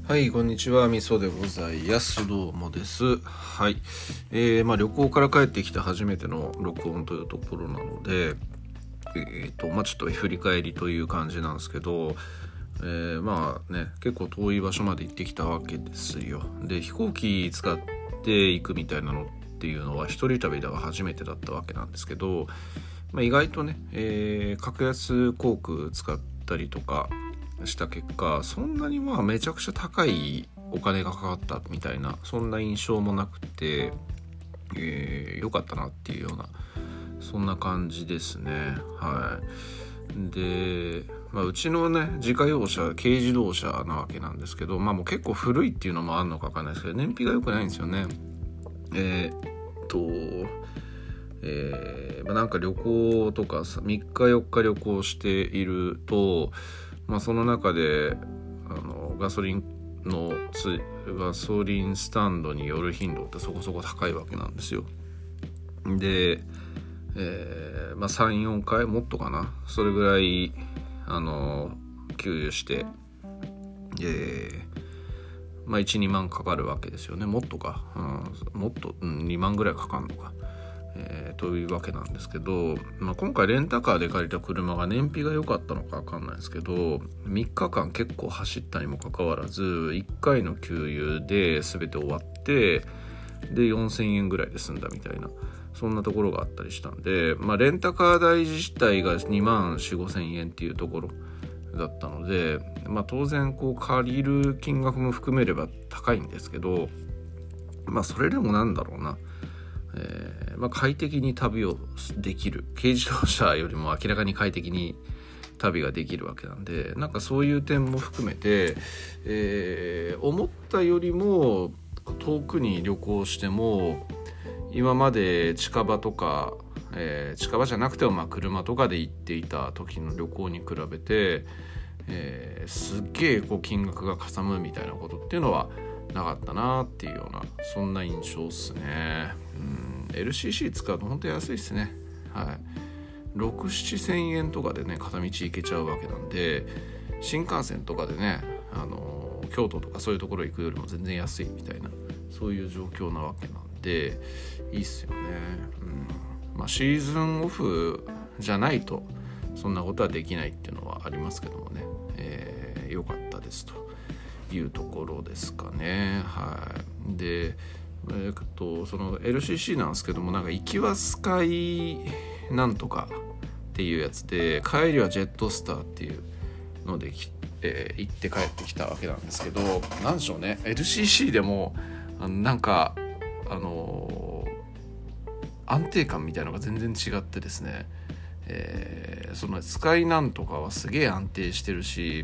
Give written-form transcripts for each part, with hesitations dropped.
はい、こんにちは。みそでございます。どうもです。はい。旅行から帰ってきた初めての録音というところなので、ちょっと振り返りという感じなんですけど、結構遠い場所まで行ってきたわけですよ。で、飛行機使って行くみたいなのっていうのは一人旅では初めてだったわけなんですけど、意外とね、格安航空使ったりとかした結果、そんなにめちゃくちゃ高いお金がかかったみたいな、そんな印象もなくて、良かったなっていうような、そんな感じですね。はい。で、うちのね、自家用車軽自動車なわけなんですけど、もう結構古いっていうのもあるのか分かんないですけど、燃費が良くないんですよね。なんか旅行とかさ、3日4日旅行していると、その中でガソリンスタンドに寄る頻度ってそこそこ高いわけなんですよ。で、3、4回もっとかな、それぐらい給油して、1、2万かかるわけですよね。もっとか、もっと、2万ぐらいかかるのか、というわけなんですけど、今回レンタカーで借りた車が燃費が良かったのか分かんないですけど、3日間結構走ったにもかかわらず1回の給油で全て終わって、で4000円ぐらいで済んだみたいな、そんなところがあったりしたんで、レンタカー代自体が2万4、5千円っていうところだったので、当然借りる金額も含めれば高いんですけど、それでもなんだろうな、快適に旅をできる、軽自動車よりも明らかに快適に旅ができるわけなんで、なんかそういう点も含めて、思ったよりも遠くに旅行しても、今まで近場とか、近場じゃなくても車とかで行っていた時の旅行に比べて、すっげえ金額がかさむみたいなことっていうのはなかったなっていうような、そんな印象っすね。LCC 使うと本当に安いっすね。はい。6、7千円とかでね、片道行けちゃうわけなんで、新幹線とかでね、京都とかそういうところ行くよりも全然安いみたいな、そういう状況なわけなんで、いいっすよね。シーズンオフじゃないとそんなことはできないっていうのはありますけどもね、良かったですというところですかね。はい。で、その LCC なんですけども、なんか行きはスカイなんとかっていうやつで、帰りはジェットスターっていうので行って帰ってきたわけなんですけど、なんでしょうね、 LCC でもなんか安定感みたいなのが全然違ってですね、そのスカイなんとかはすげえ安定してるし、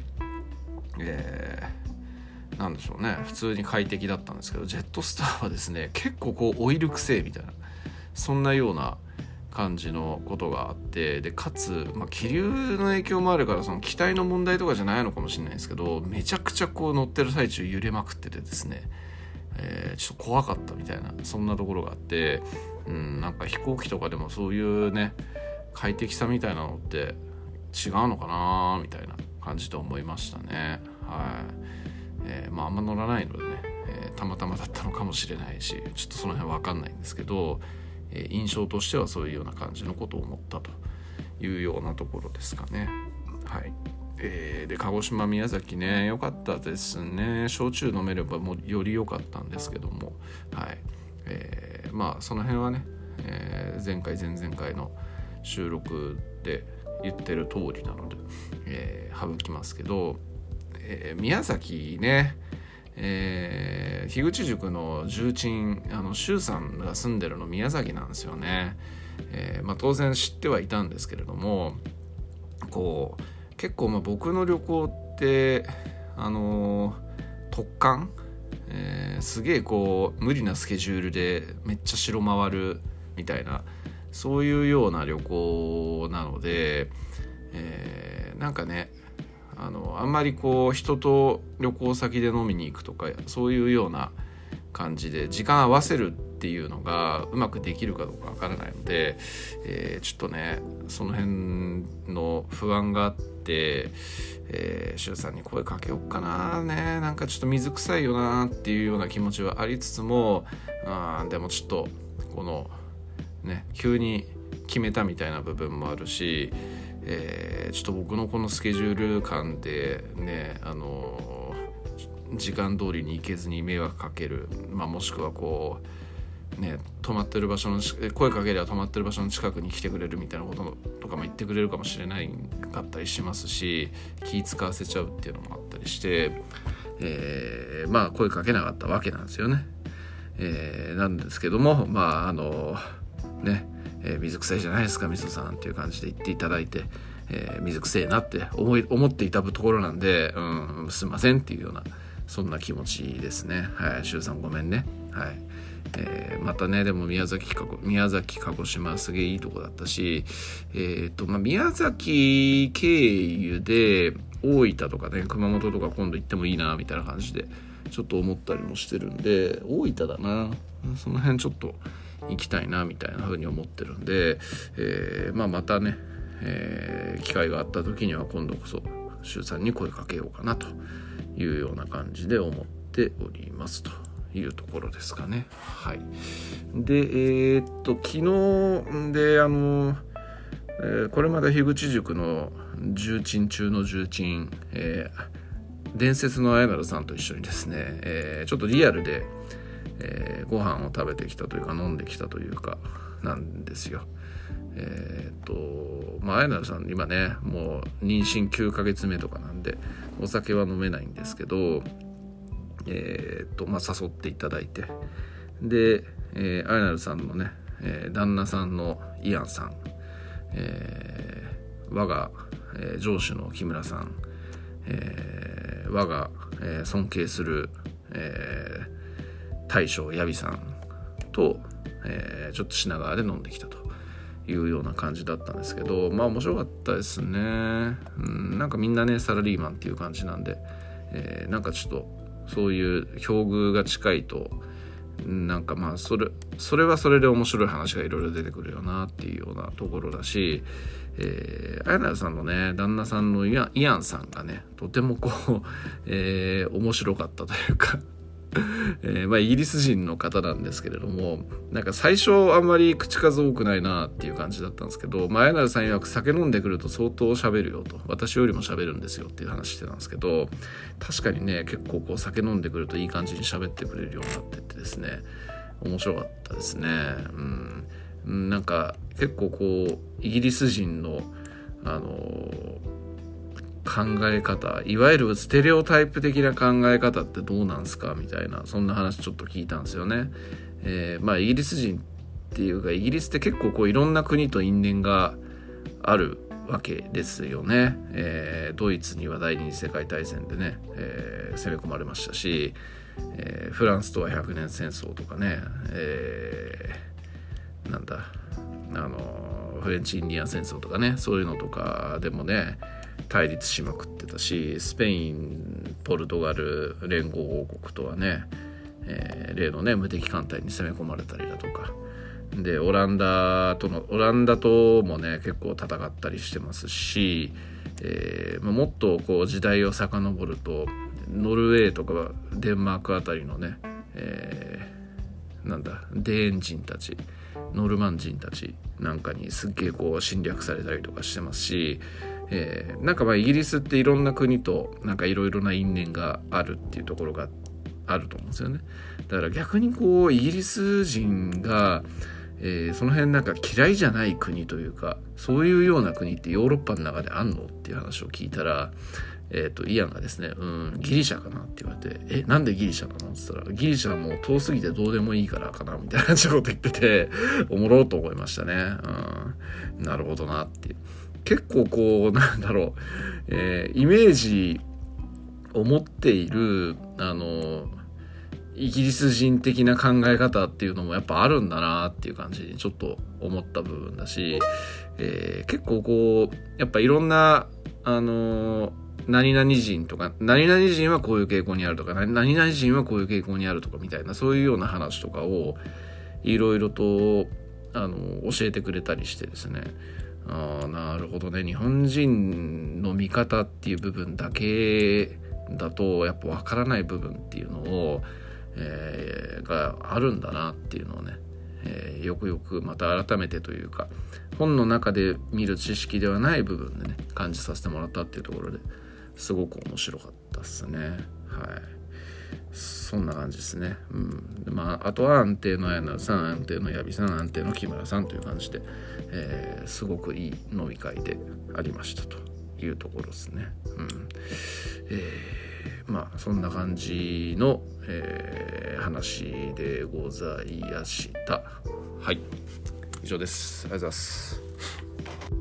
なんでしょうね、普通に快適だったんですけど、ジェットスターはですね、結構オイル臭いみたいな、そんなような感じのことがあって、でかつ、気流の影響もあるから、その機体の問題とかじゃないのかもしれないですけど、めちゃくちゃ乗ってる最中揺れまくっててですね、ちょっと怖かったみたいな、そんなところがあって、なんか飛行機とかでもそういうね、快適さみたいなのって違うのかなみたいな感じと思いましたね。はい。あんま乗らないのでね、たまたまだったのかもしれないし、ちょっとその辺わかんないんですけど、印象としてはそういうような感じのことを思ったというようなところですかね。はい。で鹿児島宮崎ね、良かったですね。焼酎飲めればもうより良かったんですけども、はい。その辺はね、前回前々回の収録で言ってる通りなので、省きますけど、宮崎ね、樋口塾の重鎮周さんが住んでるの宮崎なんですよね。当然知ってはいたんですけれども、結構僕の旅行って特貫、すげえ無理なスケジュールでめっちゃ城回るみたいな、そういうような旅行なので、なんかね、あんまり人と旅行先で飲みに行くとか、そういうような感じで時間合わせるっていうのがうまくできるかどうかわからないので、ちょっとね、その辺の不安があって、周さんに声かけようかなね、なんかちょっと水臭いよなっていうような気持ちはありつつも、でもちょっとこのね急に決めたみたいな部分もあるし、ちょっと僕のこのスケジュール感でね時間通りに行けずに迷惑かける、もしくはこうね泊まってる場所の声かければ泊まってる場所の近くに来てくれるみたいなこととかも言ってくれるかもしれないかったりしますし、気使わせちゃうっていうのもあったりして、声かけなかったわけなんですよね。なんですけども水臭いじゃないですかみそさんっていう感じで言っていただいて、水臭いなって思っていたところなんで、すいませんっていうようなそんな気持ちですね。はい、周さんごめんね。はい。またねでも宮崎鹿児島すげえいいとこだったし、宮崎経由で大分とかね熊本とか今度行ってもいいなみたいな感じでちょっと思ったりもしてるんで、大分だな、その辺ちょっと行きたいなみたいな風に思ってるんで、またね、機会があった時には今度こそ周さんに声かけようかなというような感じで思っておりますというところですかね。はい。で昨日でこれまで樋口塾の重鎮中の重鎮、伝説のあやなるさんと一緒にですね、ちょっとリアルで、ご飯を食べてきたというか飲んできたというかなんですよ。あやなるさん今ねもう妊娠9ヶ月目とかなんでお酒は飲めないんですけど、誘っていただいて、で、あやなるさんのね、旦那さんのイアンさん、我が、上司の木村さん、我が、尊敬する、大将ヤビさんと、ちょっと品川で飲んできたというような感じだったんですけど、面白かったですね。なんかみんなねサラリーマンっていう感じなんで、なんかちょっとそういう境遇が近いとなんかそれはそれで面白い話がいろいろ出てくるよなっていうようなところだし、あやなるさんのね旦那さんのイアンさんがねとても面白かったというかイギリス人の方なんですけれども、なんか最初あんまり口数多くないなっていう感じだったんですけど、あやなるさん曰く酒飲んでくると相当喋るよと、私よりも喋るんですよっていう話してたんですけど、確かにね結構酒飲んでくるといい感じに喋ってくれるようになってってですね、面白かったですね。なんか結構イギリス人の考え方、いわゆるステレオタイプ的な考え方ってどうなんすかみたいな、そんな話ちょっと聞いたんですよね。イギリス人っていうかイギリスって結構いろんな国と因縁があるわけですよね。ドイツには第二次世界大戦でね、攻め込まれましたし、フランスとは100年戦争とかね、フレンチインディアン戦争とかね、そういうのとかでもね対立しまくってたし、スペインポルトガル連合王国とはね、例のね無敵艦隊に攻め込まれたりだとかで、オランダともね結構戦ったりしてますし、もっと時代を遡るとノルウェーとかデンマークあたりのね、デーン人たち、ノルマン人たちなんかにすっげえ侵略されたりとかしてますし、なんかイギリスっていろんな国となんかいろいろな因縁があるっていうところがあると思うんですよね。だから逆にイギリス人が、その辺なんか嫌いじゃない国というか、そういうような国ってヨーロッパの中であんのっていう話を聞いたら、イアンがですね、ギリシャかなって言われて、なんでギリシャなのって言ったら、ギリシャはもう遠すぎてどうでもいいからかなみたいなこと言ってて、おもろうと思いましたね。なるほどなっていう。結構イメージを持っているイギリス人的な考え方っていうのもやっぱあるんだなっていう感じにちょっと思った部分だし、結構やっぱいろんな何々人とか、何々人はこういう傾向にあるとか、何々人はこういう傾向にあるとかみたいな、そういうような話とかをいろいろと教えてくれたりしてですね、 なるほどね。日本人の見方っていう部分だけだとやっぱ分からない部分っていうのを、があるんだなっていうのをね、よくよくまた改めてというか、本の中で見る知識ではない部分でね感じさせてもらったっていうところですごく面白かったですね。はい、そんな感じですね。あとは安定の綾菜さん、安定の矢部さん、安定の木村さんという感じで、すごくいい飲み会でありましたというところですね。そんな感じの、話でございました。はい、以上です。ありがとうございます。